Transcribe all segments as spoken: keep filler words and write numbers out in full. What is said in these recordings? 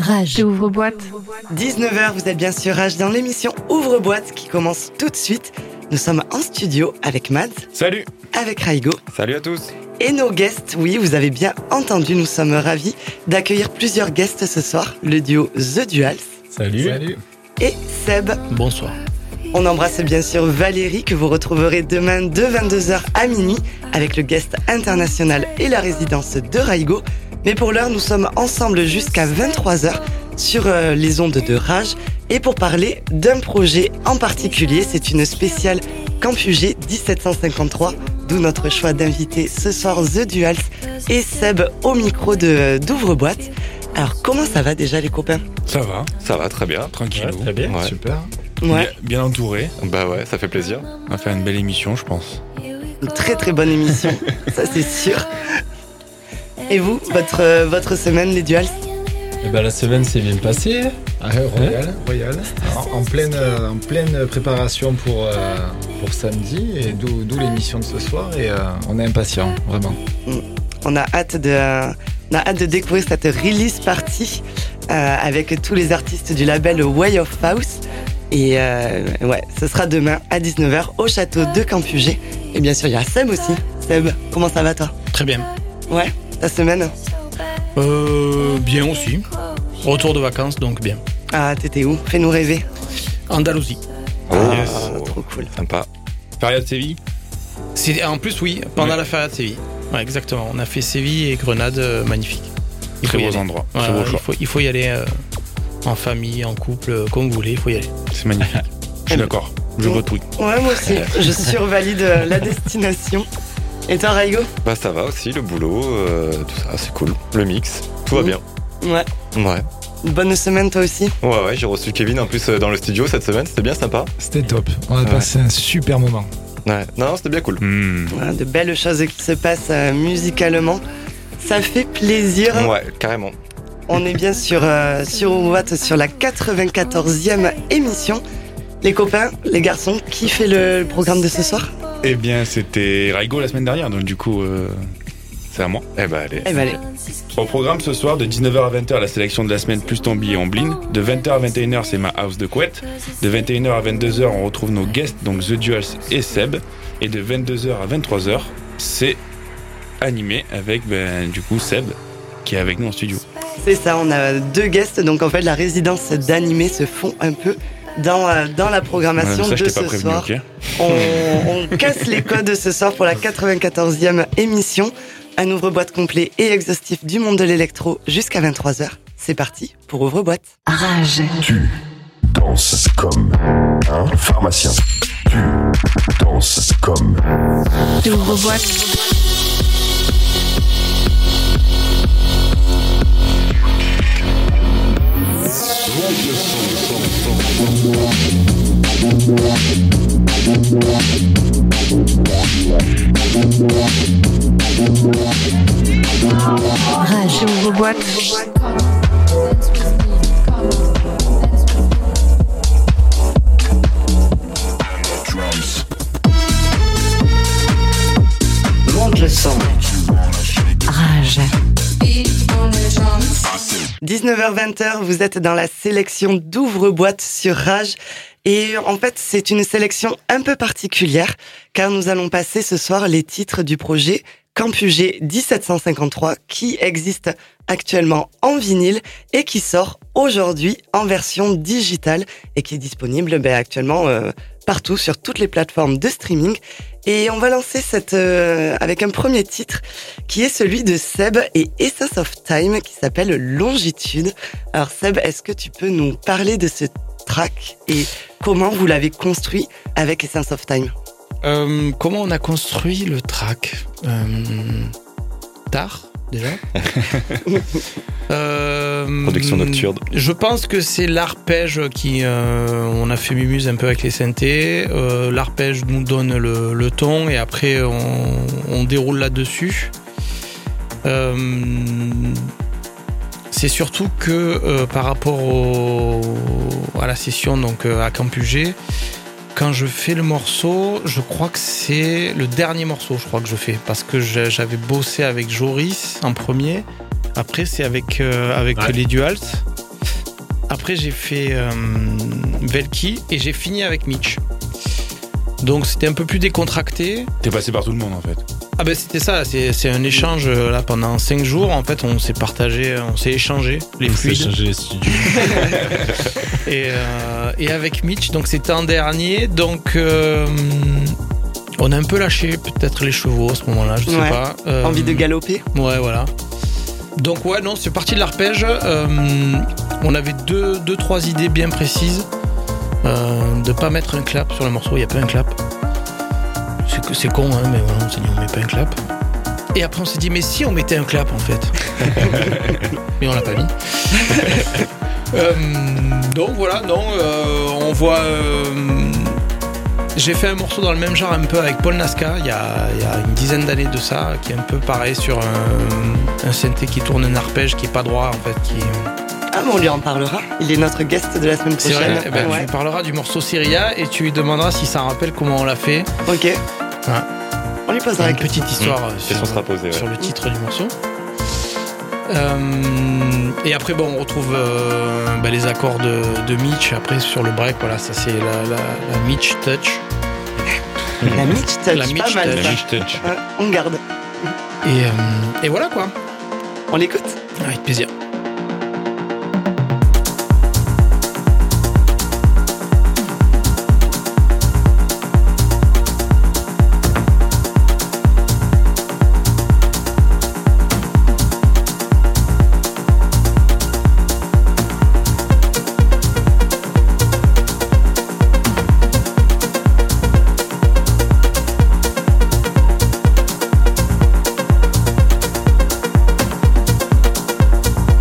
Rage. Ouvre-boîte. dix-neuf heures, vous êtes bien sûr Rage dans l'émission Ouvre-boîte qui commence tout de suite. Nous sommes en studio avec Mads. Salut. Avec Raigo. Salut à tous. Et nos guests, oui, vous avez bien entendu, nous sommes ravis d'accueillir plusieurs guests ce soir. Le duo The Duals. Salut. Salut. Et Seb. Bonsoir. On embrasse bien sûr Valérie que vous retrouverez demain de vingt-deux heures à minuit avec le guest international et la résidence de Raigo. Mais pour l'heure, nous sommes ensemble jusqu'à vingt-trois heures sur euh, les ondes de Rage. Et pour parler d'un projet en particulier, c'est une spéciale Campus G dix-sept cent cinquante-trois, d'où notre choix d'inviter ce soir The Duals et Seb au micro de, d'Ouvre-boîte. Alors comment ça va déjà les copains ? Ça va, ça va très bien, tranquille. Ouais, très bien, ouais. Super. Ouais. Bien, bien entouré. Bah ouais, ça fait plaisir. On va faire une belle émission, je pense. Une très très bonne émission, ça c'est sûr. Et vous, votre, euh, votre semaine, les Duals ? Et ben, la semaine s'est bien passée. Ah, royal, royal. En, en, pleine, en pleine préparation pour, euh, pour samedi, et d'où, d'où l'émission de ce soir. Et euh, on est impatients, vraiment. On a hâte de, euh, on a hâte de découvrir cette release party euh, avec tous les artistes du label Way of House. Et euh, ouais, ce sera demain à dix-neuf heures au château de Campus G. Et bien sûr, il y a Seb aussi. Seb, comment ça va toi ? Très bien. Ouais, ta semaine ? Euh, bien aussi. Retour de vacances, donc bien. Ah, t'étais où ? Fais-nous rêver. Andalousie. Oh, Ah, yes. trop cool. Sympa. Feria de Séville. C'est, en plus, oui, pendant Ouais. la Feria de Séville. Ouais, exactement. On a fait Séville et Grenade, euh, magnifique. Il Très faut y beaux aller. endroits. Ouais, Très beau ouais, choix. il, faut, il faut y aller euh, en famille, en couple, euh, comme vous voulez, il faut y aller. C'est magnifique. Je suis d'accord. Je vote oui. Ouais, moi aussi. Je survalide euh, la destination. Et toi, Raigo ? Bah ça va aussi, le boulot, euh, tout ça, c'est cool. Le mix, tout va Mmh. bien. Ouais. Ouais. Une bonne semaine, toi aussi ? Ouais, ouais, j'ai reçu Kevin en plus euh, dans le studio cette semaine, c'était bien sympa. C'était top. On a Ouais. passé un super moment. Ouais, non, c'était bien cool. Mmh. Voilà, de belles choses qui se passent euh, musicalement. Ça fait plaisir. Ouais, carrément. On est bien sur, euh, sur Ouvre-boîte, sur la quatre-vingt-quatorzième émission. Les copains, les garçons, qui fait le, le programme de ce soir ? Eh bien, c'était Raigo la semaine dernière, donc du coup, euh, c'est à moi. Eh bah allez. Eh ben allez. Au programme ce soir, de dix-neuf heures à vingt heures, la sélection de la semaine plus ton billet en blind. De vingt heures à vingt et une heures, c'est ma house de couette. De vingt et une heures à vingt-deux heures, on retrouve nos guests, donc The Duals et Seb. Et de vingt-deux heures à vingt-trois heures, c'est animé avec, ben, du coup, Seb, qui est avec nous en studio. C'est ça, on a deux guests, donc en fait la résidence d'animés se fond un peu dans, euh, dans la programmation Ouais, ça, je de t'ai pas ce prévenu, soir. ok. On, on casse les codes ce soir pour la quatre-vingt-quatorzième émission. Un ouvre-boîte complet et exhaustif du monde de l'électro jusqu'à vingt-trois heures. C'est parti pour Ouvre-boîte. Rage. Tu danses comme un pharmacien. Tu danses comme Ouvre-boîte. Rage. Ouvre-boîte. Monte le son. Rage. dix-neuf heures vingt, vous êtes dans la sélection d'Ouvre-boîte sur Rage. Et en fait, c'est une sélection un peu particulière, car nous allons passer ce soir les titres du projet Campus G dix-sept cent cinquante-trois, qui existe actuellement en vinyle et qui sort aujourd'hui en version digitale et qui est disponible ben, actuellement euh, partout sur toutes les plateformes de streaming. Et on va lancer cette euh, avec un premier titre qui est celui de Seb et Essence of Time qui s'appelle Longitude. Alors Seb, est-ce que tu peux nous parler de ce track et comment vous l'avez construit avec Essence of Time ? Euh, comment on a construit le track euh, Tard, déjà. euh, Production nocturne. Je pense que c'est l'arpège qui... Euh, on a fait mumuse un peu avec les synthés. Euh, l'arpège nous donne le, le ton et après on, on déroule là-dessus. Euh, c'est surtout que euh, par rapport au, à la session donc, euh, à Campus G, quand je fais le morceau, je crois que c'est le dernier morceau, je crois que je fais, parce que j'avais bossé avec Joris en premier. Après, c'est avec euh, avec ouais. les Duals. après j'ai fait euh, Velki et j'ai fini avec Mitch. Donc c'était un peu plus décontracté. T'es passé par tout le monde en fait. Ah ben c'était ça, c'est, c'est un échange euh, là pendant cinq jours. En fait, on s'est partagé, on s'est échangé les On s'est fluides. échangé les studios. et, euh, et avec Mitch, donc c'était en dernier. Donc euh, on a un peu lâché peut-être les chevaux à ce moment-là, je sais Ouais. pas. Euh, Envie de galoper? Ouais, voilà. Donc ouais, non, c'est parti de l'arpège. Euh, on avait deux, deux, trois idées bien précises. Euh, de pas mettre un clap sur le morceau, il n'y a pas un clap. C'est, que- c'est con, hein, mais voilà, on s'est dit on met pas un clap. Et après on s'est dit mais si on mettait un clap en fait. Mais on l'a pas mis. Euh, donc voilà, non, euh, on voit. euh, j'ai fait un morceau dans le même genre un peu avec Paul Nasca il y a, il y a une dizaine d'années de ça, qui est un peu pareil sur un, un synthé qui tourne un arpège qui est pas droit en fait, qui Ah, mais on lui en parlera. Il est notre guest de la semaine c'est prochaine. vrai. Eh ben, Ouais. Tu lui parleras du morceau Syria et tu lui demanderas si ça rappelle comment on l'a fait. Ok. Ouais. On lui Il y posera a la une question. petite histoire Mmh. euh, Question sur, sera posée, ouais. sur le titre du morceau. Euh, et après, bon, on retrouve euh, bah, les accords de, de Mitch. Après, sur le break, voilà, ça c'est la, la, la Mitch Touch. La Mitch Touch, La pas Mitch mal Touch. ça. Mitch Touch. Ouais, on garde. Et, euh, et voilà quoi. On l'écoute? Avec plaisir. Thank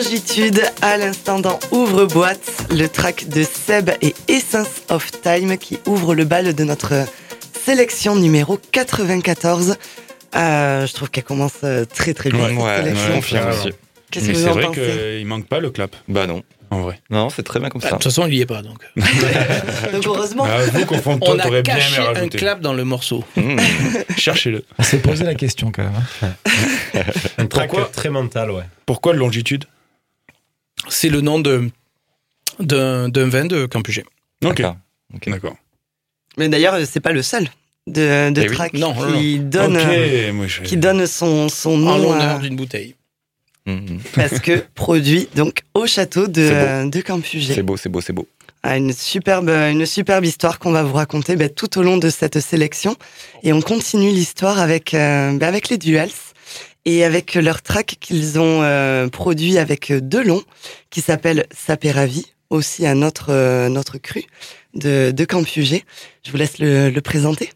Longitude, à l'instant dans Ouvre-boîte, le track de Seb et Essence of Time qui ouvre le bal de notre sélection numéro quatre-vingt-quatorze. Euh, je trouve qu'elle commence très très bien. Ouais, cette ouais, sélection. ouais, confirme aussi. Qu'est-ce Mais que vous c'est en vrai pensez? qu'il manque pas le clap, Bah non. en vrai. Non, c'est très bien comme Ah, De ça. toute façon, il y est pas donc. Donc heureusement. Ah, vous confondre, toi, On a t'aurais bien aimé caché un rajouter. clap dans le morceau. Mmh. Cherchez-le. On s'est posé la question quand même. hein. Un track Pourquoi très mental, ouais. Pourquoi le Longitude? C'est le nom de d'un, d'un vin de Campugé. Ok, D'accord. Ok. d'accord. Mais d'ailleurs, c'est pas le seul de, de Eh oui. track Non, non, qui donne, Ok, euh, moi je... qui donne son, son En nom l'honneur à- d'une bouteille. Mmh. parce que produit donc au château de, C'est beau. euh, de Campugé. C'est beau, c'est beau, c'est beau. Ah, une superbe, une superbe histoire qu'on va vous raconter bah, tout au long de cette sélection. Et on continue l'histoire avec, euh, bah, avec les Duals et avec leur track qu'ils ont euh, produit avec Delon, qui s'appelle Saperavi, aussi un autre, euh, notre cru de, de Campugé. Je vous laisse le, le présenter.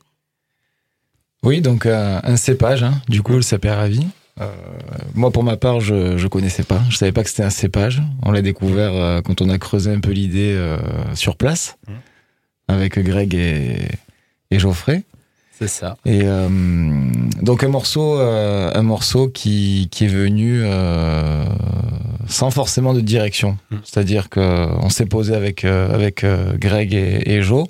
Oui, donc euh, un cépage, hein, du coup, le Saperavi. Euh, moi, pour ma part, je je connaissais pas. Je savais pas que c'était un cépage. On l'a découvert euh, quand on a creusé un peu l'idée euh, sur place Mmh. avec Greg et, et Geoffrey. C'est ça. Et euh, donc un morceau, euh, un morceau qui qui est venu euh, sans forcément de direction. Mmh. C'est-à-dire que on s'est posé avec euh, avec euh, Greg et, et Jo.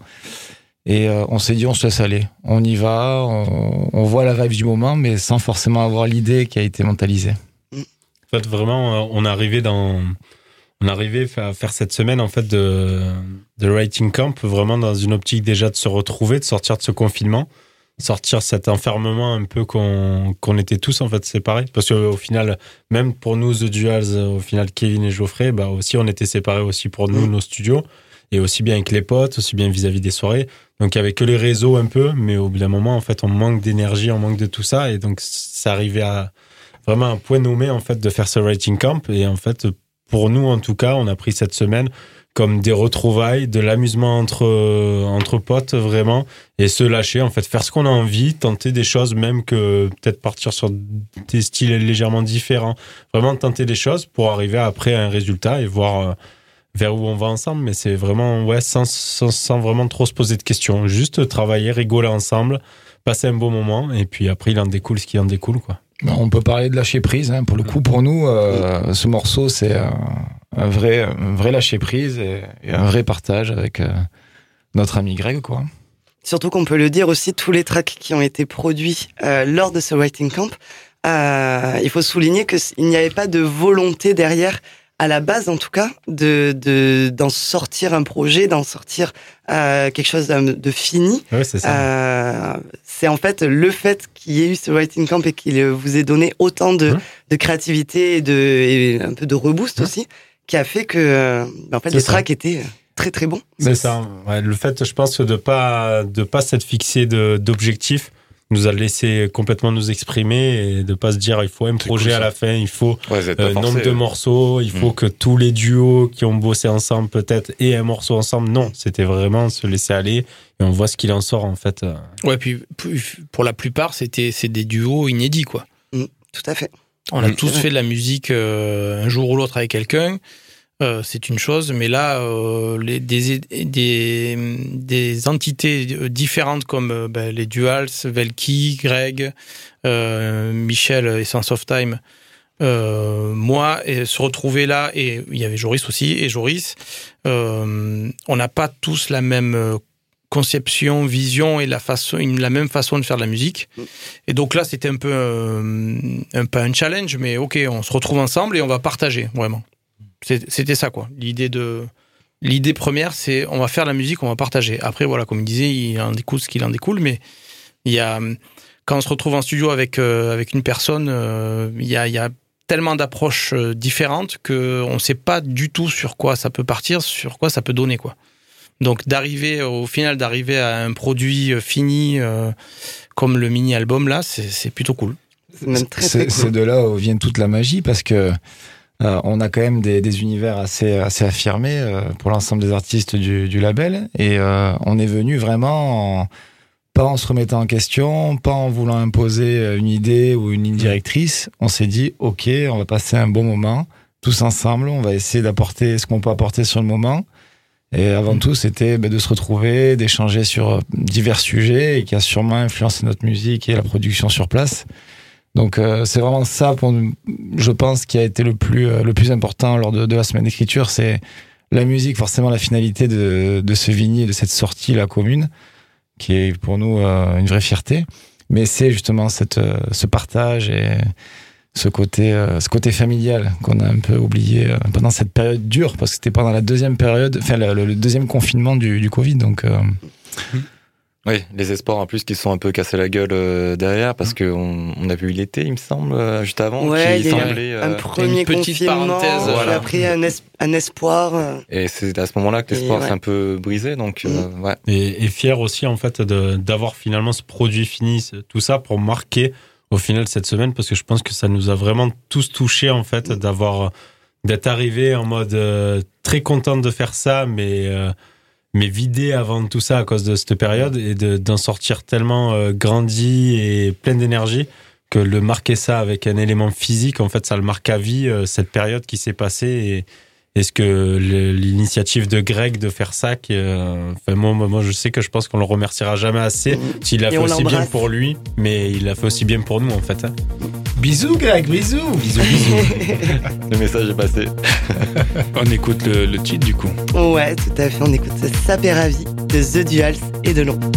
Et euh, on s'est dit, on se laisse aller. On y va, on, on voit la vibe du moment, mais sans forcément avoir l'idée qui a été mentalisée. En fait, vraiment, euh, on est arrivé dans, on est arrivé à faire cette semaine en fait de de writing camp vraiment dans une optique déjà de se retrouver, de sortir de ce confinement, sortir cet enfermement un peu qu'on qu'on était tous en fait séparés. Parce qu'au final, même pour nous The Duals, au final Kevin et Geoffrey, bah aussi on était séparés aussi pour nous nos studios. Et aussi bien avec les potes, aussi bien vis-à-vis des soirées. Donc, il y avait que les réseaux un peu, mais au bout d'un moment, en fait, on manque d'énergie, on manque de tout ça. Et donc, ça arrivait à vraiment un point nommé, en fait, de faire ce writing camp. Et en fait, pour nous, en tout cas, on a pris cette semaine comme des retrouvailles, de l'amusement entre, entre potes, vraiment. Et se lâcher, en fait, faire ce qu'on a envie, tenter des choses, même que peut-être partir sur des styles légèrement différents. Vraiment tenter des choses pour arriver après à un résultat et voir vers où on va ensemble, mais c'est vraiment ouais sans, sans, sans vraiment trop se poser de questions, juste travailler, rigoler ensemble, passer un beau moment, et puis après il en découle ce qui en découle, quoi. Bon, on peut parler de lâcher prise, hein. Pour le coup, pour nous, euh, ce morceau, c'est un, un vrai, un vrai lâcher prise et, et un vrai partage avec euh, notre ami Greg, quoi. Surtout qu'on peut le dire aussi, tous les tracks qui ont été produits euh, lors de ce writing camp, euh, il faut souligner qu'il n'y avait pas de volonté derrière, à la base en tout cas, de, de d'en sortir un projet, d'en sortir euh, quelque chose de, de fini. Ouais, c'est ça. Euh, c'est en fait le fait qu'il y ait eu ce writing camp et qu'il vous ait donné autant de, Mmh. de créativité et, de, et un peu de reboost Mmh. aussi, qui a fait que euh, en fait, C'est les ça. tracks étaient très très bons. C'est ça. Ouais, le fait, je pense, de pas de pas s'être fixé de d'objectifs nous a laissé complètement nous exprimer et de pas se dire il faut un projet cool, à ça. la fin, il faut Ouais, vous êtes euh, pas nombre forcé, de euh. morceaux, il faut Mm. que tous les duos qui ont bossé ensemble peut-être aient un morceau ensemble. Non, c'était vraiment se laisser aller et on voit ce qu'il en sort en fait. Ouais, puis pour la plupart, c'était c'est des duos inédits, quoi. Tout à fait. On a Mm. tous fait de la musique euh, un jour ou l'autre avec quelqu'un. Euh, c'est une chose, mais là, euh, les, des, des, des entités différentes comme euh, ben, les Duals, Velki, Greg, euh, Michel et Sense of Time, euh, moi, et se retrouver là, et il y avait Joris aussi, et Joris, euh, on n'a pas tous la même conception, vision et la, façon, la même façon de faire de la musique. Et donc là, c'était un peu, euh, un peu un challenge, mais ok, on se retrouve ensemble et on va partager, vraiment. C'était ça, quoi. L'idée de l'idée première, c'est on va faire la musique, on va partager. Après, voilà, comme il disait, il en découle ce qu'il en découle, mais il y a quand on se retrouve en studio avec euh, avec une personne, euh, il y a il y a tellement d'approches différentes que on sait pas du tout sur quoi ça peut partir, sur quoi ça peut donner, quoi. Donc d'arriver au final d'arriver à un produit fini euh, comme le mini album là, c'est c'est plutôt cool. C'est même très, C'est très cool. c'est de là où vient toute la magie parce que Euh, on a quand même des, des univers assez, assez affirmés euh, pour l'ensemble des artistes du, du label et euh, on est venu vraiment en, pas en se remettant en question, pas en voulant imposer une idée ou une ligne directrice. On s'est dit ok, on va passer un bon moment tous ensemble, on va essayer d'apporter ce qu'on peut apporter sur le moment. Et avant tout, c'était bah, de se retrouver, d'échanger sur divers sujets et qui a sûrement influencé notre musique et la production sur place. Donc euh, c'est vraiment ça, pour nous, je pense, qui a été le plus, euh, le plus important lors de, de la semaine d'écriture. C'est la musique, forcément la finalité de, de ce vinyle, de cette sortie la commune, qui est pour nous euh, une vraie fierté. Mais c'est justement cette, euh, ce partage et ce côté, euh, ce côté familial qu'on a un peu oublié euh, pendant cette période dure, parce que c'était pendant la deuxième période, enfin le, le deuxième confinement du, du Covid. Donc, euh... oui, les espoirs en plus qui se sont un peu cassés la gueule euh, derrière, parce qu'on on a vu l'été, il me semble, euh, juste avant, ouais, qui il y a semblait un euh, premier une petite confinement, parenthèse, puis voilà. après un, es- un espoir. euh. Et c'est à ce moment-là que l'espoir Et ouais. s'est un peu brisé, donc euh, ouais. Et, et fier aussi, en fait, de, d'avoir finalement ce produit fini, ce- tout ça pour marquer au final cette semaine, parce que je pense que ça nous a vraiment tous touchés, en fait, d'avoir, d'être arrivé en mode euh, très content de faire ça, mais, euh, mais vidé avant tout ça à cause de cette période, et de, d'en sortir tellement euh, grandi et plein d'énergie, que le marquer ça avec un élément physique, en fait, ça le marque à vie, euh, cette période qui s'est passée. Et, est-ce que le, l'initiative de Greg de faire ça, qui, euh, enfin, moi, moi, je sais que je pense qu'on le remerciera jamais assez. S'il l'a Et fait on aussi l'embrasse. bien pour lui, mais il l'a fait aussi bien pour nous, en fait. Hein. Bisous Greg, bisous. Bisous, bisous. Le message est passé. On écoute le, le titre du coup. Ouais, tout à fait. On écoute Saperavi de The Duals et de Long.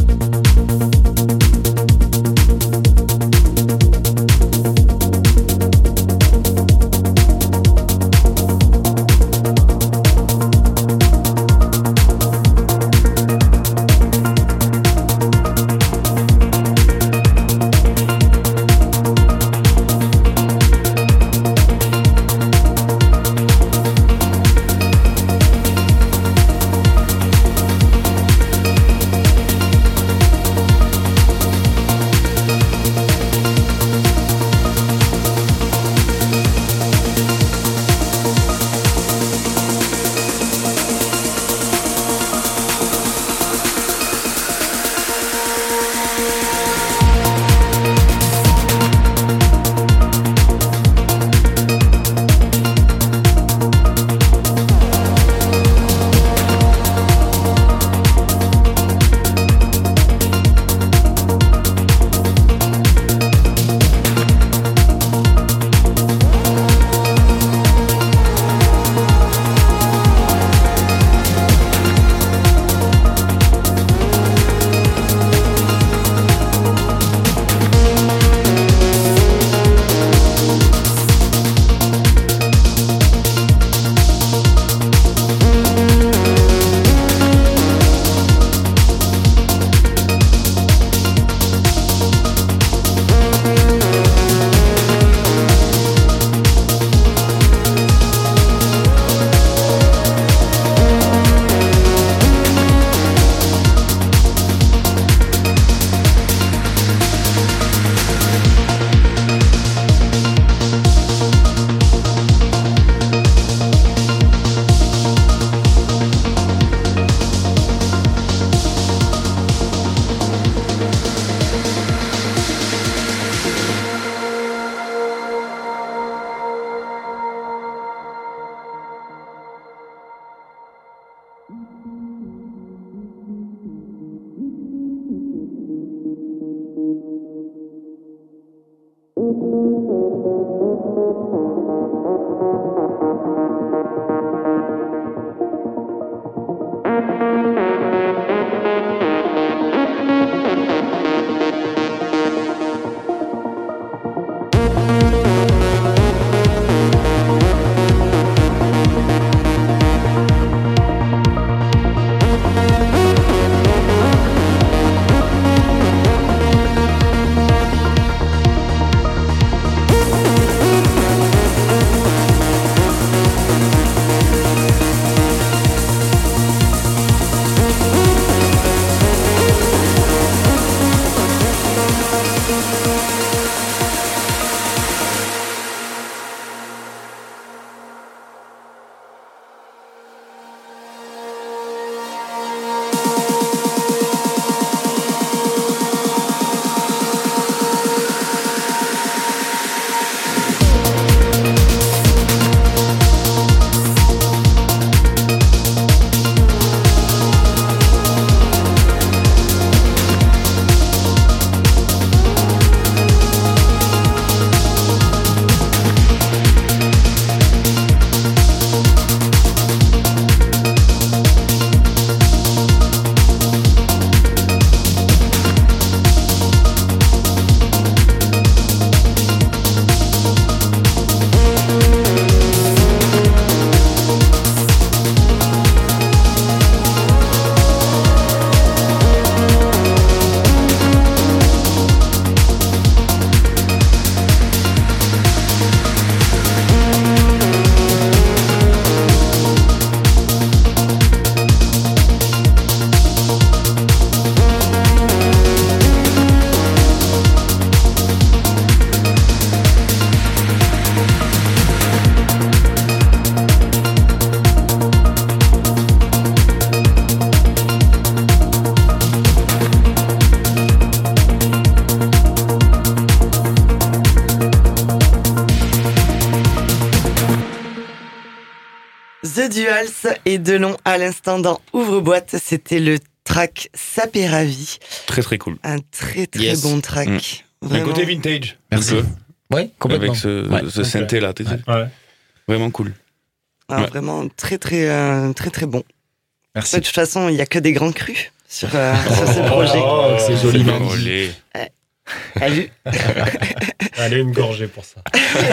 Duals et Delon à l'instant dans Ouvre-boîte. C'était le track Sapé Ravi. Très très cool. Un très très Yes. bon track. Mm. Un Vraiment. côté vintage. Merci. un peu, Oui, complètement. Avec ce, Ouais. ce synthé là. Ouais. Vraiment cool. Ah, Ouais. Vraiment très très euh, très très bon. Merci. De toute façon, il n'y a que des grands crus sur, euh, sur ce projet. Oh, c'est joli. Bien olé. T'as vu? Allez, une gorgée pour ça.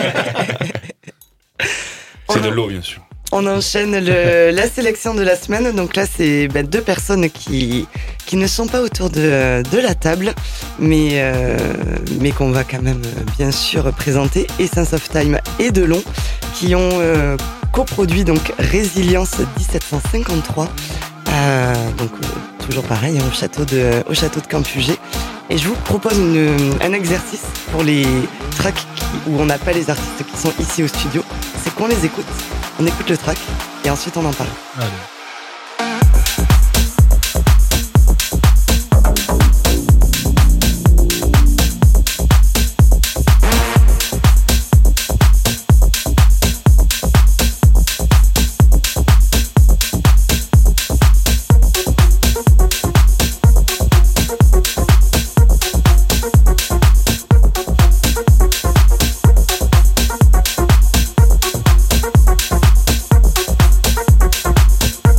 C'est de l'eau, bien sûr. On enchaîne le, la sélection de la semaine. Donc là, c'est ben, deux personnes qui, qui ne sont pas autour de, de la table, mais, euh, mais qu'on va quand même euh, bien sûr présenter. Essence of Time et Delon, qui ont euh, coproduit donc Résilience dix-sept cent cinquante-trois. Euh, donc euh, toujours pareil, hein, au château de, au château de Campugé. Et je vous propose une, un exercice pour les tracks qui, où on n'a pas les artistes qui sont ici au studio. C'est qu'on les écoute, on écoute le track et ensuite on en parle. Allez. We'll be right back.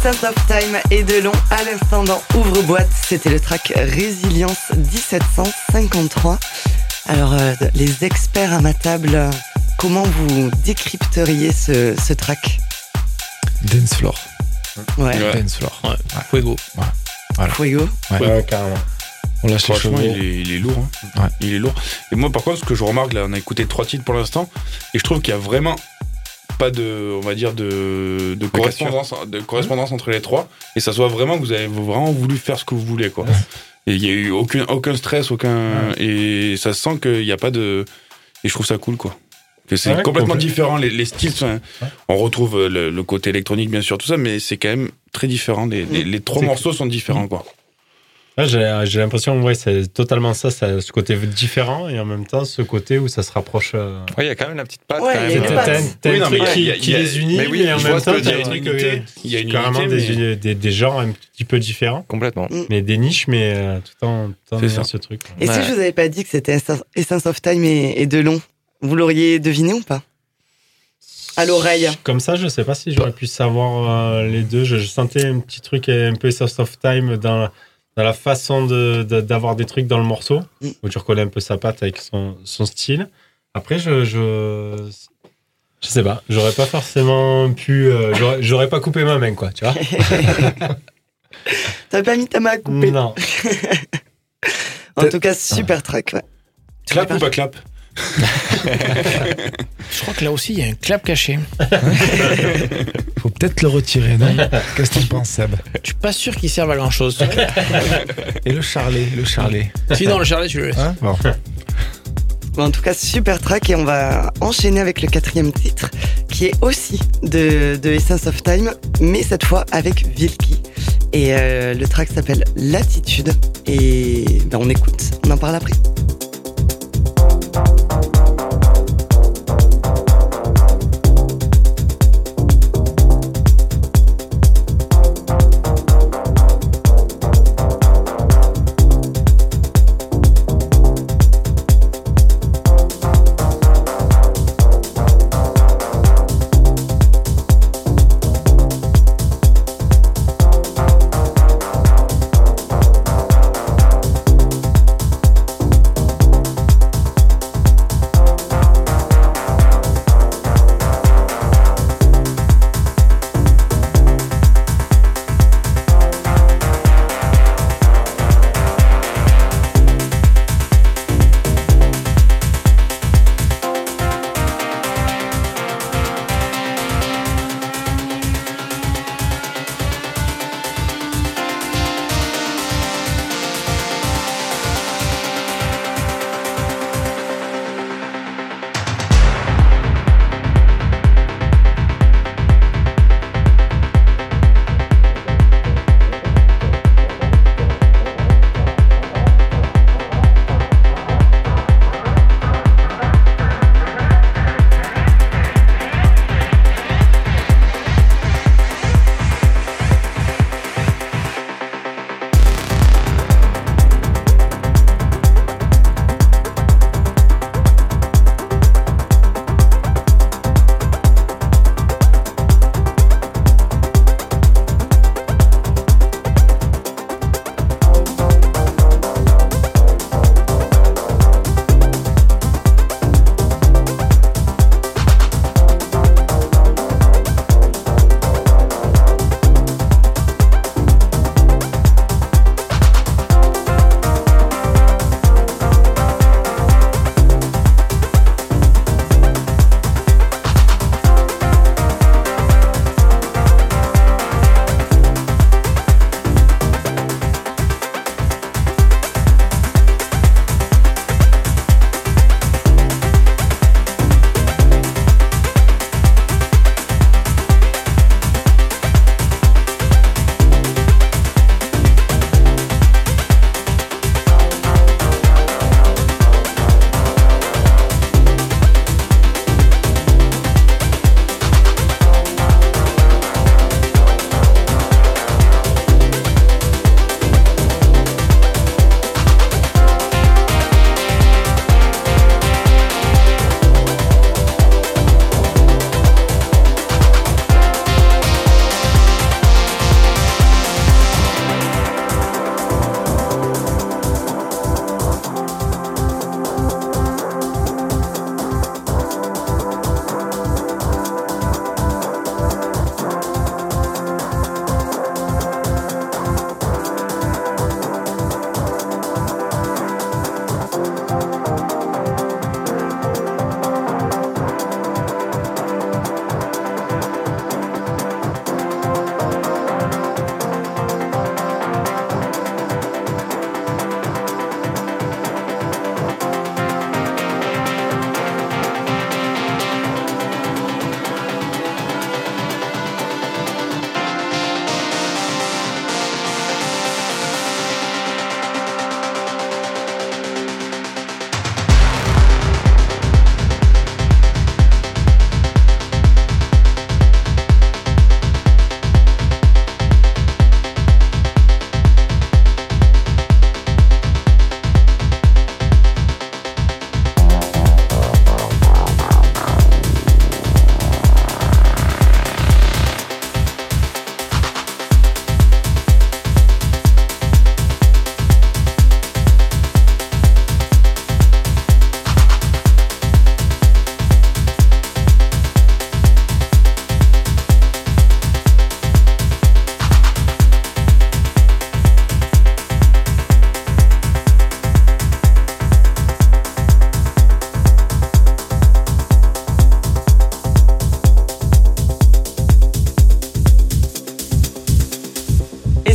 Essence of Time et Delon à l'instant dans Ouvre-boîte. C'était le track Résilience dix-sept cent cinquante-trois. Alors, euh, les experts à ma table, euh, comment vous décrypteriez ce, ce track? Dance floor. Ouais. Ouais. Dance floor. Ouais. Ouais. Fuego. Fuego. Ouais. Ouais, carrément. On lâche les Franchement, chevaux. il est, il est lourd. Hein. Ouais. Il est lourd. Et moi, par contre, ce que je remarque, là, on a écouté trois titres pour l'instant, et je trouve qu'il y a vraiment pas de, on va dire, de, de correspondance, de correspondance entre les trois, et ça soit vraiment que vous avez vraiment voulu faire ce que vous voulez, quoi. Et il y a eu aucun, aucun stress, aucun, Ouais. et ça se sent qu'il n'y a pas de, et je trouve ça cool, quoi. Que c'est Ouais, complètement complètement. différent, les, les styles sont, Ouais. on retrouve le, le côté électronique, bien sûr, tout ça, mais c'est quand même très différent. Les, les, les trois C'est morceaux sont différents, quoi. Ouais, j'ai, j'ai l'impression, ouais, c'est totalement ça, ça, ce côté différent et en même temps ce côté où ça se rapproche. Euh... Ouais, il y a quand même la petite patte. Ouais, quand il y a même. une T'as, patte. t'as, t'as Oui, un non, truc mais qui, il y a- qui il y a- les unit, mais oui, mais en je même vois ce temps, que tu veux t'as dire, un truc, il y a une euh, unité. Il y a une carrément unité, des, mais- des, des genres un petit peu différents, Complètement. mais des niches, mais euh, tout en, tout en C'est ayant ça. ce truc. Et Ouais. si je vous avais pas dit que c'était Essence of Time et, et Delon, vous l'auriez deviné ou pas? À l'oreille. Comme ça, je sais pas si j'aurais pu savoir euh, les deux. Je, je sentais un petit truc un peu Essence of Time dans, dans la façon de, de- d'avoir des trucs dans le morceau, Mm. où tu reconnais un peu sa patte avec son, son style. Après, je, je, je sais pas, j'aurais pas forcément pu, euh, j'aurais, j'aurais pas coupé ma main, quoi, tu vois. T'as pas mis ta main à couper. Non. En tout cas, super track. Ouais. Clap ou pas clap? Je crois que là aussi, il y a un clap caché. Faut peut-être le retirer, non? Qu'est-ce que tu penses, Seb? Je suis pas sûr qu'il serve à grand chose. Et le charlet, le charlet. Sinon, le charlet, tu le laisses. Hein bon. Bon, en tout cas, super track et on va enchaîner avec le quatrième titre qui est aussi de, de Essence of Time, mais cette fois avec Vilki. Et euh, le track s'appelle Latitude et ben, on écoute, on en parle après.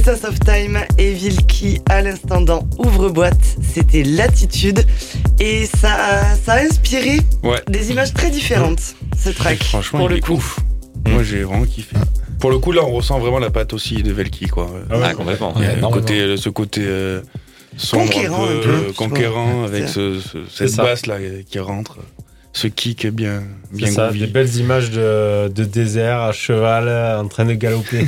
Sense of Time et Vilki à l'instant dans Ouvre-boîte, c'était Latitude et ça a, ça a inspiré Ouais. des images très différentes, ce track, Franchement, pour il le est coup. ouf. Moi, j'ai vraiment kiffé. Pour le coup, là, on ressent vraiment la patte aussi de Velki, quoi. Ah ouais, Ah, complètement. Ouais, Euh, énormément. côté, ce côté euh, sombre, Conquérant un peu, un peu, euh, tu conquérant, vois. avec C'est ce, ce- cette ça. basse là euh, qui rentre, ce kick bien, C'est bien ça, groovy. des belles images de, de désert à cheval euh, en train de galoper.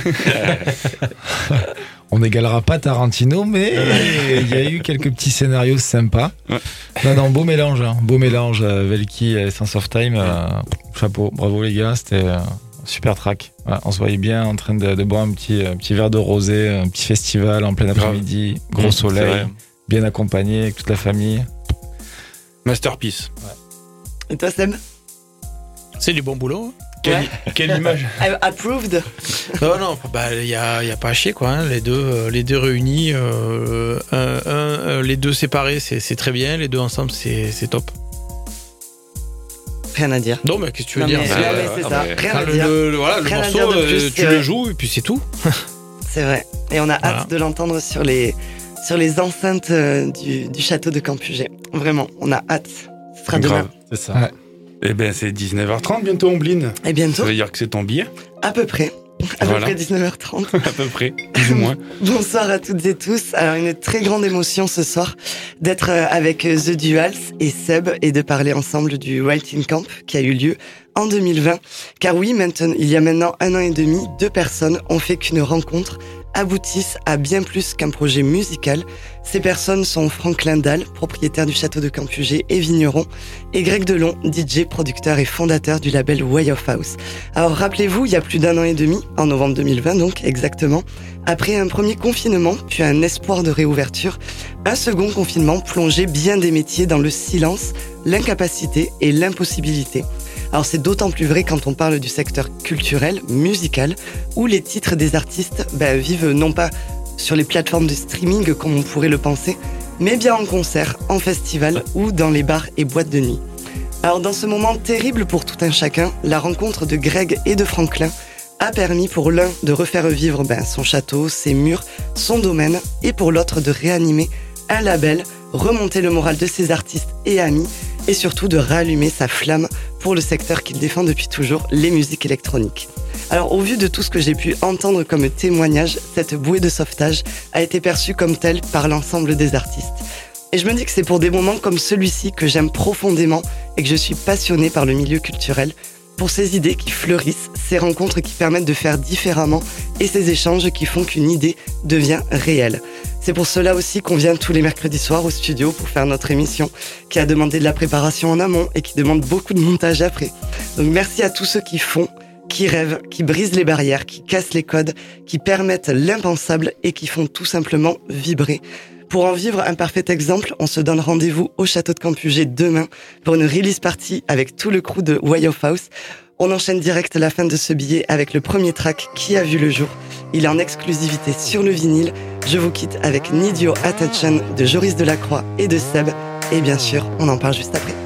On n'égalera pas Tarantino, mais il y a eu quelques petits scénarios sympas. Ouais. Non, non, beau mélange, hein. Beau mélange. euh, Velki et Sense of Time, euh, chapeau, bravo les gars, c'était euh, un super track. Ouais, on se voyait bien en train de, de boire un petit, un petit verre de rosé, un petit festival en plein après-midi, gros Mmh, soleil, c'est vrai. bien accompagné avec toute la famille. Masterpiece. Et toi, Seb? C'est du bon boulot. Quelle, Ouais. quelle image. Approved? Non, non, bah il y a, y a pas à chier quoi. Hein. Les deux, euh, les deux réunis, euh, un, un, euh, les deux séparés, c'est, c'est très bien. Les deux ensemble, c'est, c'est top. Rien à dire. Non, mais qu'est-ce que tu veux Non, dire mais, Bah, non, ouais, mais ouais, c'est non, ça, mais- rien Quand à le, dire. le- voilà, le Rien à morceau, dire de euh, plus, tu c'est le vrai. joues et puis c'est tout. C'est vrai. Et on a hâte Voilà. de l'entendre sur les, sur les enceintes euh, du, du château de Campugé. Vraiment, on a hâte. Ce sera demain. Grave. C'est ça. Ouais. Eh ben, c'est dix-neuf heures trente bientôt, Ombline. Et bientôt, Ça veut dire que c'est ton billet, à peu près. À Voilà. peu près dix-neuf heures trente. à peu près, plus ou moins. Bonsoir à toutes et tous. Alors, une très grande émotion ce soir d'être euh, avec euh, The Duals et Seb et de parler ensemble du Writing Camp qui a eu lieu en deux mille vingt. Car oui, maintenant, il y a maintenant un an et demi, deux personnes ont fait qu'une rencontre aboutisse à bien plus qu'un projet musical. Ces personnes sont Franklin Dahl, propriétaire du château de Campugé et vigneron, et Greg Delon, D J, producteur et fondateur du label Way of House. Alors rappelez-vous, il y a plus d'un an et demi, en novembre deux mille vingt donc exactement, après un premier confinement, puis un espoir de réouverture, un second confinement plongeait bien des métiers dans le silence, l'incapacité et l'impossibilité. Alors c'est d'autant plus vrai quand on parle du secteur culturel, musical, où les titres des artistes ben, vivent non pas sur les plateformes de streaming comme on pourrait le penser, mais bien en concert, en festival ou dans les bars et boîtes de nuit. Alors dans ce moment terrible pour tout un chacun, la rencontre de Greg et de Franklin a permis pour l'un de refaire vivre ben, son château, ses murs, son domaine, et pour l'autre de réanimer un label, remonter le moral de ses artistes et amis, et surtout de rallumer sa flamme pour le secteur qu'il défend depuis toujours, les musiques électroniques. Alors au vu de tout ce que j'ai pu entendre comme témoignage, cette bouée de sauvetage a été perçue comme telle par l'ensemble des artistes. Et je me dis que c'est pour des moments comme celui-ci que j'aime profondément et que je suis passionnée par le milieu culturel, pour ces idées qui fleurissent, ces rencontres qui permettent de faire différemment et ces échanges qui font qu'une idée devient réelle. C'est pour cela aussi qu'on vient tous les mercredis soirs au studio pour faire notre émission, qui a demandé de la préparation en amont et qui demande beaucoup de montage après. Donc merci à tous ceux qui font, qui rêvent, qui brisent les barrières, qui cassent les codes, qui permettent l'impensable et qui font tout simplement vibrer. Pour en vivre un parfait exemple, on se donne rendez-vous au château de Campugé demain pour une release party avec tout le crew de Way of House. On enchaîne direct la fin de ce billet avec le premier track qui a vu le jour. Il est en exclusivité sur le vinyle. Je vous quitte avec Need Your Attention de Joris Delacroix et de Seb. Et bien sûr, on en parle juste après.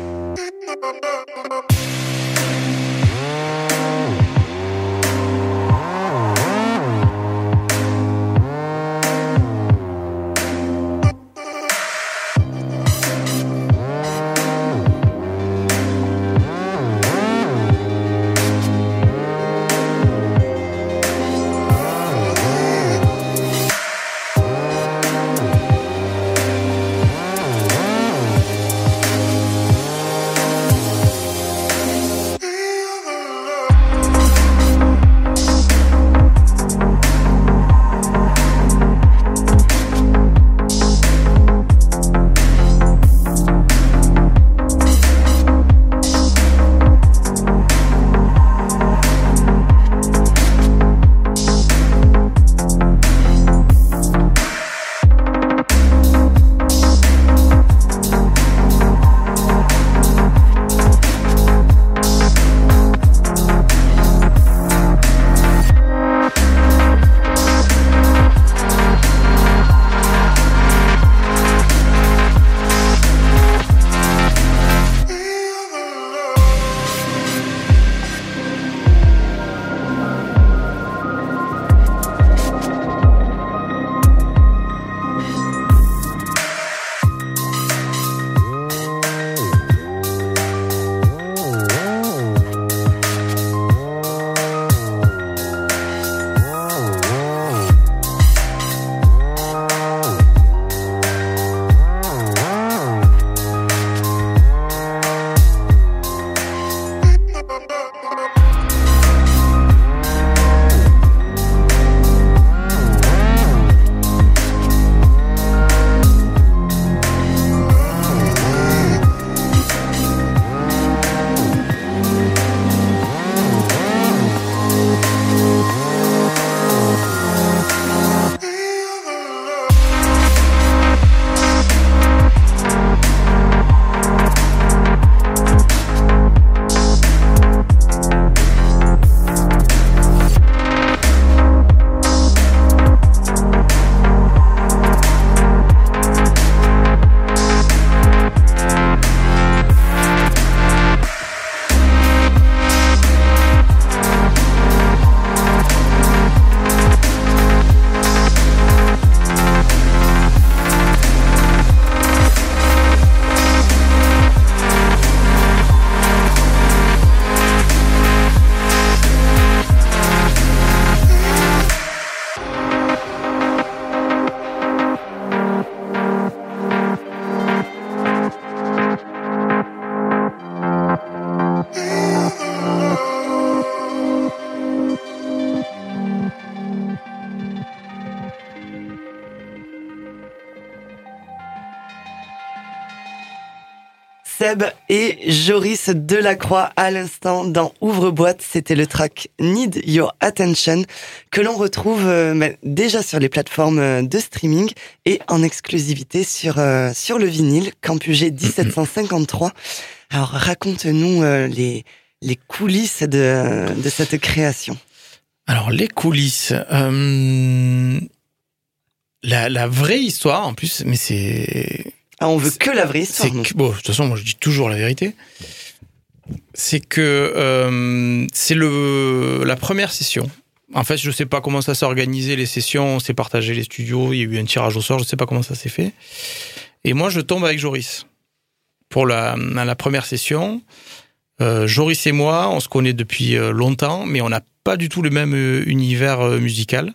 Seb et Joris Delacroix à l'instant dans Ouvre-boîte. C'était le track Need Your Attention que l'on retrouve euh, bah, déjà sur les plateformes de streaming et en exclusivité sur, euh, sur le vinyle Campus G dix-sept cent cinquante-trois. Alors raconte-nous euh, les, les coulisses de, de cette création. Alors les coulisses... Euh... La, la vraie histoire, en plus, mais c'est... Ah, on veut que la vraie histoire. C'est que, bon, de toute façon, moi je dis toujours la vérité. C'est que euh, c'est le la première session. En fait, je sais pas comment ça s'est organisé, les sessions, on s'est partagé les studios, il y a eu un tirage au sort, je sais pas comment ça s'est fait. Et moi, je tombe avec Joris pour la, la première session. Euh, Joris et moi, on se connaît depuis longtemps, mais on n'a pas du tout le même univers musical.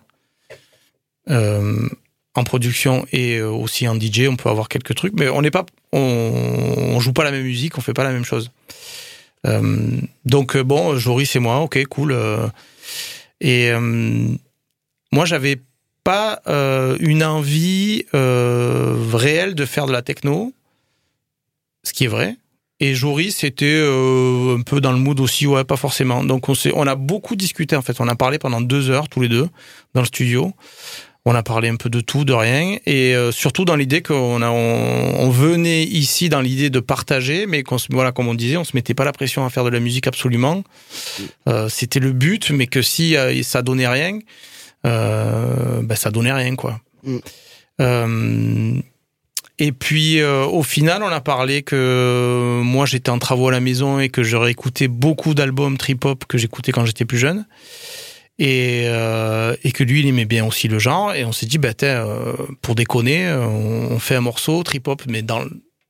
Euh, en production et aussi en D J, on peut avoir quelques trucs, mais on n'est pas, on, on joue pas la même musique, on fait pas la même chose. Euh, donc bon, Joris et moi, ok, cool. Euh, et euh, moi, j'avais pas euh, une envie euh, réelle de faire de la techno, ce qui est vrai. Et Joris était euh, un peu dans le mood aussi, ouais, pas forcément. Donc on s'est, on a beaucoup discuté en fait. On a parlé pendant deux heures tous les deux dans le studio. On a parlé un peu de tout, de rien, et euh, surtout dans l'idée qu'on a, on, on venait ici dans l'idée de partager, mais qu'on se, voilà, comme on disait, on se mettait pas la pression à faire de la musique absolument. Euh, c'était le but, mais que si euh, ça donnait rien, euh, ben ça donnait rien, quoi. Mm. Euh, et puis euh, au final, on a parlé que moi j'étais en travaux à la maison et que j'aurais écouté beaucoup d'albums trip-hop que j'écoutais quand j'étais plus jeune. Et, euh, et que lui, il aimait bien aussi le genre. Et on s'est dit, bah, euh, pour déconner, on, on fait un morceau trip-hop, mais dans...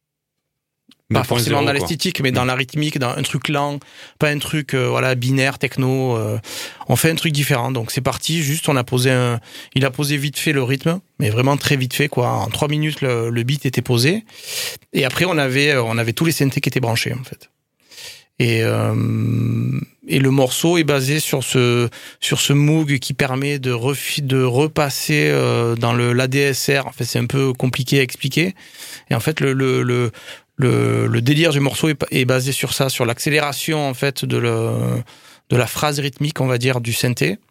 Pas forcément dans l'esthétique, mais dans la rythmique, dans un truc lent, pas un truc euh, voilà binaire, techno. Euh, on fait un truc différent. Donc c'est parti, juste on a posé un... Il a posé vite fait le rythme, mais vraiment très vite fait, quoi. En trois minutes, le, le beat était posé. Et après, on avait, on avait tous les synthés qui étaient branchés, en fait. Et, euh, et le morceau est basé sur ce sur ce Moog qui permet de refi, de repasser euh, dans le l'A D S R. En fait, c'est un peu compliqué à expliquer. Et en fait, le le le le, le délire du morceau est, est basé sur ça, sur l'accélération en fait de le de la phrase rythmique, on va dire, du synthé.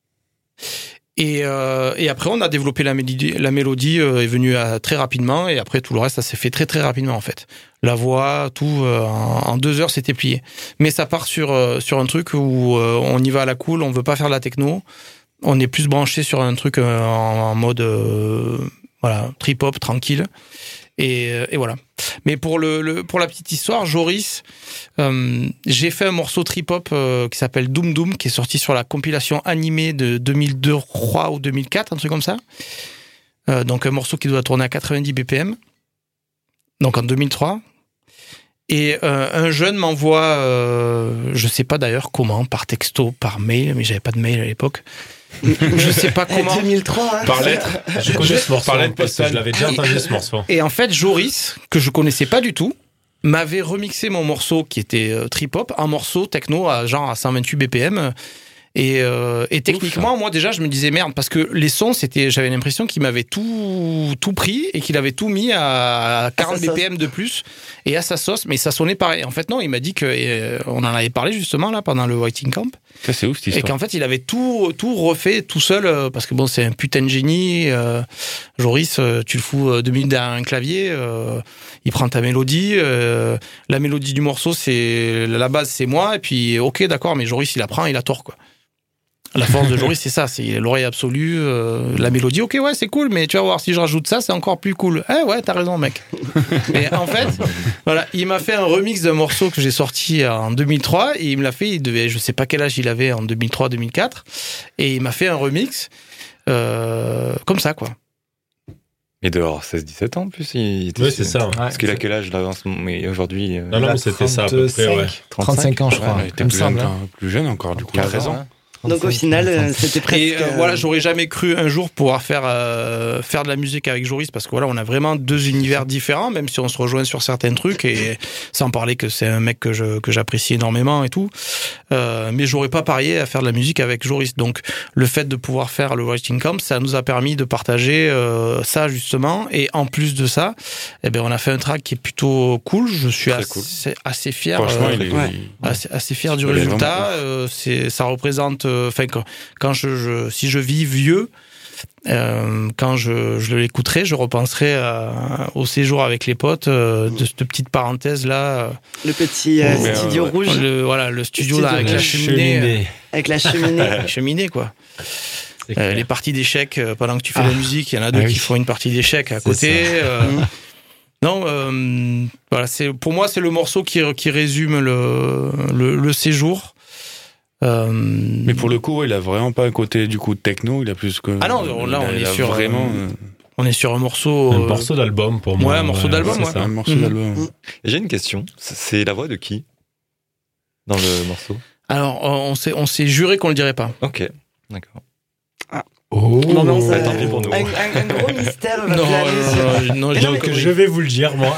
Et, euh, et après, on a développé la mélodie. La mélodie euh, est venue à, très rapidement, et après tout le reste, ça s'est fait très très rapidement en fait. La voix, tout euh, en, en deux heures, c'était plié. Mais ça part sur euh, sur un truc où euh, on y va à la cool, on veut pas faire de la techno, on est plus branché sur un truc euh, en, en mode euh, voilà trip hop tranquille. Et, et voilà. Mais pour le, le pour la petite histoire, Joris, euh, j'ai fait un morceau trip-hop euh, qui s'appelle Doom Doom, qui est sorti sur la compilation animée de deux mille deux, je crois, ou deux mille quatre, un truc comme ça. Euh, donc un morceau qui doit tourner à quatre-vingt-dix B P M. Donc en deux mille trois. Et euh, un jeune m'envoie, euh, je sais pas d'ailleurs comment, par texto, par mail, mais j'avais pas de mail à l'époque. Je sais pas comment. deux mille trois, hein. Par lettre. Je connais ce morceau. Par lettre postale. Je l'avais déjà entendu ce morceau. Et en fait, Joris, que je connaissais pas du tout, m'avait remixé mon morceau qui était euh, trip-hop, un morceau techno à genre à cent vingt-huit B P M. Et, euh, et techniquement, Ouf. moi déjà, je me disais merde, parce que les sons, c'était, j'avais l'impression qu'il m'avait tout tout pris et qu'il avait tout mis à quarante B P M de plus et à sa sauce, mais ça sonnait pareil. En fait, non, il m'a dit que euh, on en avait parlé justement là pendant le Writing Camp. Ça c'est ouf cette histoire. Et qu'en fait, il avait tout tout refait tout seul euh, parce que bon, c'est un putain de génie. Euh, Joris, euh, tu le fous euh, deux minutes derrière un clavier, euh, il prend ta mélodie, euh, la mélodie du morceau, c'est la base, c'est moi, et puis ok, d'accord, mais Joris, il la prend, il la tord quoi. La force de Joris, c'est ça, c'est l'oreille absolue, euh, la mélodie, ok, ouais, c'est cool, mais tu vas voir, si je rajoute ça, c'est encore plus cool. Eh ouais, t'as raison, mec. Et en fait, voilà, il m'a fait un remix d'un morceau que j'ai sorti en deux mille trois, et il me l'a fait, il devait, je sais pas quel âge il avait en deux mille trois deux mille quatre, et il m'a fait un remix, euh, comme ça, quoi. Il doit avoir seize dix-sept ans en plus. Il était oui, c'est ça. Ouais. Parce qu'il a quel âge là, mais aujourd'hui Non, non, mais c'était ça à peu près, ouais. trente-cinq ans, je crois. Ouais, il était plus jeune, hein. plus jeune encore, du coup. treize ans. Donc au final, euh, c'était presque. Et euh, voilà, j'aurais jamais cru un jour pouvoir faire euh, faire de la musique avec Joris, parce que voilà, on a vraiment deux univers différents, même si on se rejoint sur certains trucs, et sans parler que c'est un mec que je que j'apprécie énormément et tout. Euh, mais j'aurais pas parié à faire de la musique avec Joris. Donc le fait de pouvoir faire le Writing Camp, ça nous a permis de partager euh, ça justement. Et en plus de ça, eh ben on a fait un track qui est plutôt cool. Je suis assez, cool. assez fier. Franchement, euh, il est, ouais. assez, assez fier du Il est résultat. vraiment Euh, c'est ça représente. Enfin, quand, quand je, je si je vis vieux. Euh, quand je, je l'écouterai, je repenserai à, au séjour avec les potes, euh, de cette petite parenthèse là. Le petit euh, Ouais, studio ouais, ouais. rouge Le, voilà, le studio, studio là, avec de la cheminée. avec la cheminée. La cheminée, quoi. C'est Euh, clair. les parties d'échecs, euh, pendant que tu fais Ah. la musique, il y en a deux Ah qui oui. font une partie d'échecs à C'est côté. ça. euh, non, euh, voilà, c'est, pour moi, c'est le morceau qui, qui résume le, le, le séjour. Euh, Mais pour le coup, il a vraiment pas un côté du coup techno, il a plus que. Ah non, là, il a- on est il a sur, vraiment euh, euh, on est sur un morceau. Un euh, morceau d'album pour moi. ouais, un morceau d'album, c'est ouais. ça. un morceau Mhm. d'album. Et j'ai une question. C'est- C'est la voix de qui dans le morceau? Alors, on s'est, on s'est juré qu'on le dirait pas. Ok, d'accord. Oh. Non, non, ça- tant pis pour nous. un, un- un gros mystère va Non, planer sur- non, non, non, Mais j'ai non, mais- Donc je vais vous le dire, moi.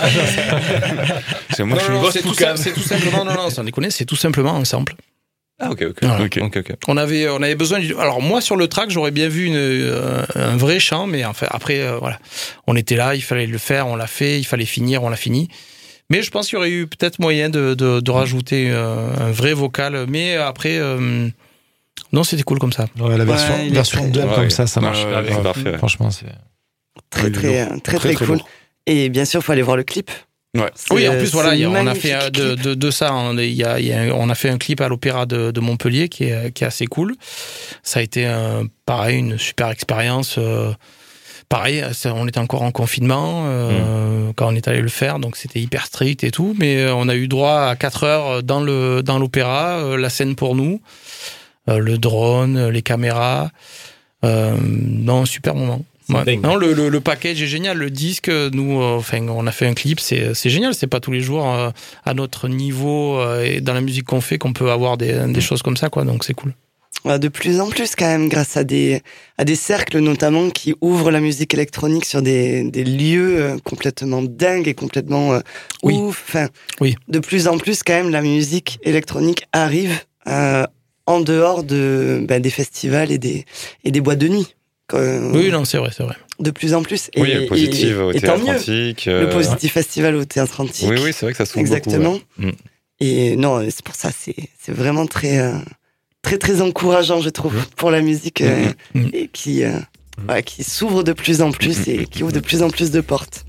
C'est moi, Non, je suis non, une grosse c'est tout, poucave. ça- c'est tout simplement, non, non, sans déconner, c'est tout simplement un sample. Ah ok, ok. Voilà. ok, ok. ok. On avait, on avait besoin du. Alors moi sur le track, j'aurais bien vu une, euh, un vrai chant, mais enfin après, euh, voilà, on était là, il fallait le faire, on l'a fait, il fallait finir, on l'a fini. Mais je pense qu'il y aurait eu peut-être moyen de, de, de rajouter euh, un vrai vocal. Mais après, euh, non, c'était cool comme ça. Ouais, la version, Ouais, il est version très- dub Ouais, comme ouais. ça, ça marche. Ouais, ouais, c'est parfait, ouais. Franchement, c'est. très, Oui, très, lourd. très, très, Très, très cool. lourd. Et bien sûr, il faut aller voir le clip. Ouais. C'est- Oui, en plus, voilà, c'est il y a- on a magnifique fait euh, de, clip. de, de ça. On, il y a, il y a, on a fait un clip à l'Opéra de, de Montpellier qui est, qui est assez cool. Ça a été euh, pareil, une super expérience. Euh, pareil, ça, on était encore en confinement euh, quand on est allé le faire, donc c'était hyper strict et tout. Mais euh, on a eu droit à quatre heures dans le dans l'opéra, euh, la scène pour nous, euh, le drone, les caméras. Euh, non, super moment. C'est Ouais. dingue. Non, le, le, le package est génial. Le disque, nous, euh, enfin, on a fait un clip, c'est, c'est génial. C'est pas tous les jours euh, à notre niveau euh, et dans la musique qu'on fait qu'on peut avoir des, des choses comme ça, quoi. Donc c'est cool. Ouais, de plus en plus quand même, grâce à des, à des cercles notamment qui ouvrent la musique électronique sur des, des lieux euh, complètement dingues et complètement euh, Oui. ouf. Enfin, Oui. De plus en plus quand même, la musique électronique arrive euh, en dehors de, ben, des festivals et des, et des boîtes de nuit. Euh, Oui, non, c'est vrai, c'est vrai. De plus en plus. Oui, et, le positif et- au et tant théâtre mieux. antique. Le euh, Positif Festival au Théâtre Antique. Oui, oui, c'est vrai que ça s'ouvre Exactement. beaucoup. ouais. Mm. Et non, c'est pour ça, c'est c'est vraiment très, euh, très, très encourageant, je trouve, pour la musique euh, Mhm. et qui, euh, voilà, qui s'ouvre de plus en plus et qui ouvre de plus en plus de portes.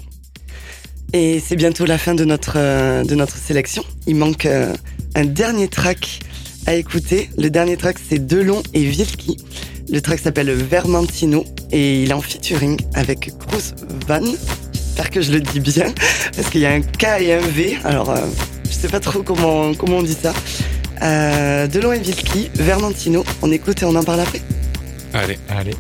Et c'est bientôt la fin de notre, euh, de notre sélection. Il manque euh, un dernier track à écouter. Le dernier track, c'est Delon et Vilki. Le track s'appelle Vermentino et il est en featuring avec Cruz Van. J'espère que je le dis bien parce qu'il y a un K et un V. Alors, euh, je sais pas trop comment, comment on dit ça. Euh, Delon et Vilki, Vermentino. On écoute et on en parle après. Allez. Allez.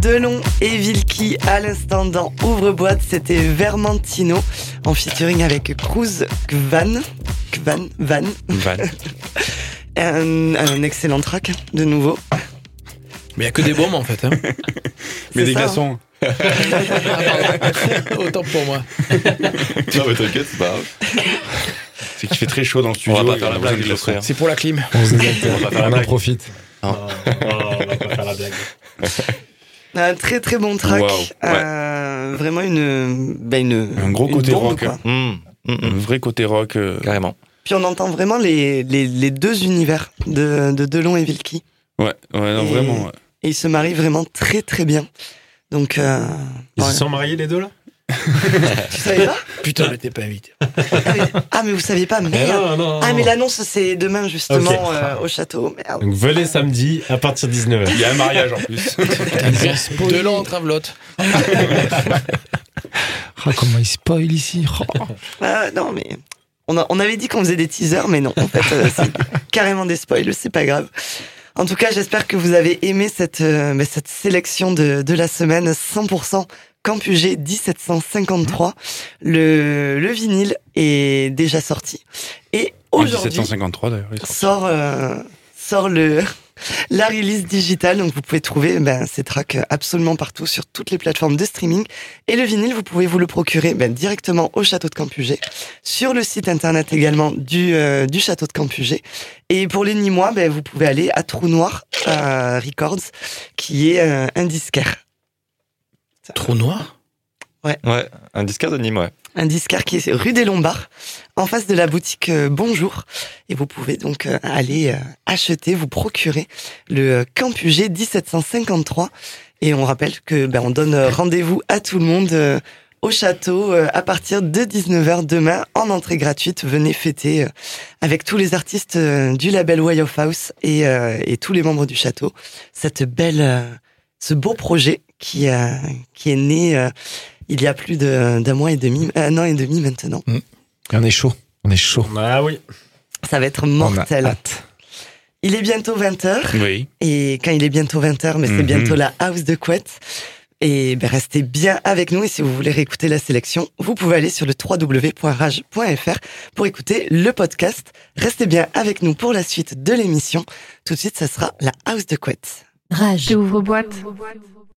Delon et Vilki à l'instant dans Ouvre-boîte, c'était Vermentino en featuring avec Cruz Gvan. Gvan, Van. Van. un, un excellent track, de nouveau. Mais il n'y a que des bombes en fait. Hein. Mais des ça, glaçons. Ah, autant pour moi. Non, mais t'inquiète, c'est pas grave. C'est qu'il fait très chaud dans le studio. On va pas et faire la a besoin blague, de je glaçons. ferai. C'est pour la clim. On se désaltère. On va faire la On en blague. profite. Oh, on va pas faire la blague. Un très très bon track. Wow, Euh, vraiment une, bah une. Un gros une côté bombe, rock. quoi. Mmh, mmh, Un mmh. vrai côté rock. euh, Carrément. Puis on entend vraiment les, les, les deux univers de, de Delon et Vilki. Ouais, ouais, non, Et- vraiment. ouais. Et ils se marient vraiment très très bien. Donc. Euh, Ils ouais. se sont mariés les deux là? Tu savais pas? Putain, mais t'es pas invité. Ah mais, ah, mais vous saviez pas, merde. non, non, Ah non. mais l'annonce c'est demain justement Ok. euh, au château. Merde. Donc venez samedi à partir de dix-neuf heures. Il y a un mariage en plus. Delon en travelote. Ah, comment il spoil ici. Oh. Ah, non mais on, a- on avait dit qu'on faisait des teasers, mais non, en fait euh, c'est carrément des spoils, c'est pas grave. En tout cas, j'espère que vous avez aimé cette euh, bah, cette sélection de, de la semaine cent pour cent Campus G dix-sept cent cinquante-trois. Le, le vinyle est déjà sorti et En aujourd'hui dix-sept cent cinquante-trois d'ailleurs. il sort. sort euh, sort le la release digitale, donc vous pouvez trouver ben, ces tracks absolument partout sur toutes les plateformes de streaming. Et le vinyle, vous pouvez vous le procurer ben, directement au château de Campus G, sur le site internet également du euh, du château de Campus G. Et pour les Nîmois, ben, vous pouvez aller à Trou Noir euh, Records, qui est euh, un disquaire. Trou noir. Ouais, un disquaire de Nîmes, ouais. Un disquaire qui est rue des Lombards, en face de la boutique euh, Bonjour. Et vous pouvez donc euh, aller euh, acheter, vous procurer le euh, Campus G dix-sept cent cinquante-trois. Et on rappelle que ben, on donne euh, rendez-vous à tout le monde euh, au château euh, à partir de dix-neuf heures demain en entrée gratuite. Venez fêter euh, avec tous les artistes euh, du label Way of House et, euh, et tous les membres du château cette belle, euh, ce beau projet qui, euh, qui est né euh, il y a plus de, d'un mois et demi, un an et demi maintenant. Et on est chaud. On est chaud. Ah oui. Ça va être On a mortel. hâte. Il est bientôt vingt heures. Oui. Et quand il est bientôt vingt heures, mais c'est Mhm. bientôt la house de Couette. Et ben, restez bien avec nous. Et si vous voulez réécouter la sélection, vous pouvez aller sur le w w w point rage point f r pour écouter le podcast. Restez bien avec nous pour la suite de l'émission. Tout de suite, ça sera la house de Couette. Rage. Ouvre-boîte.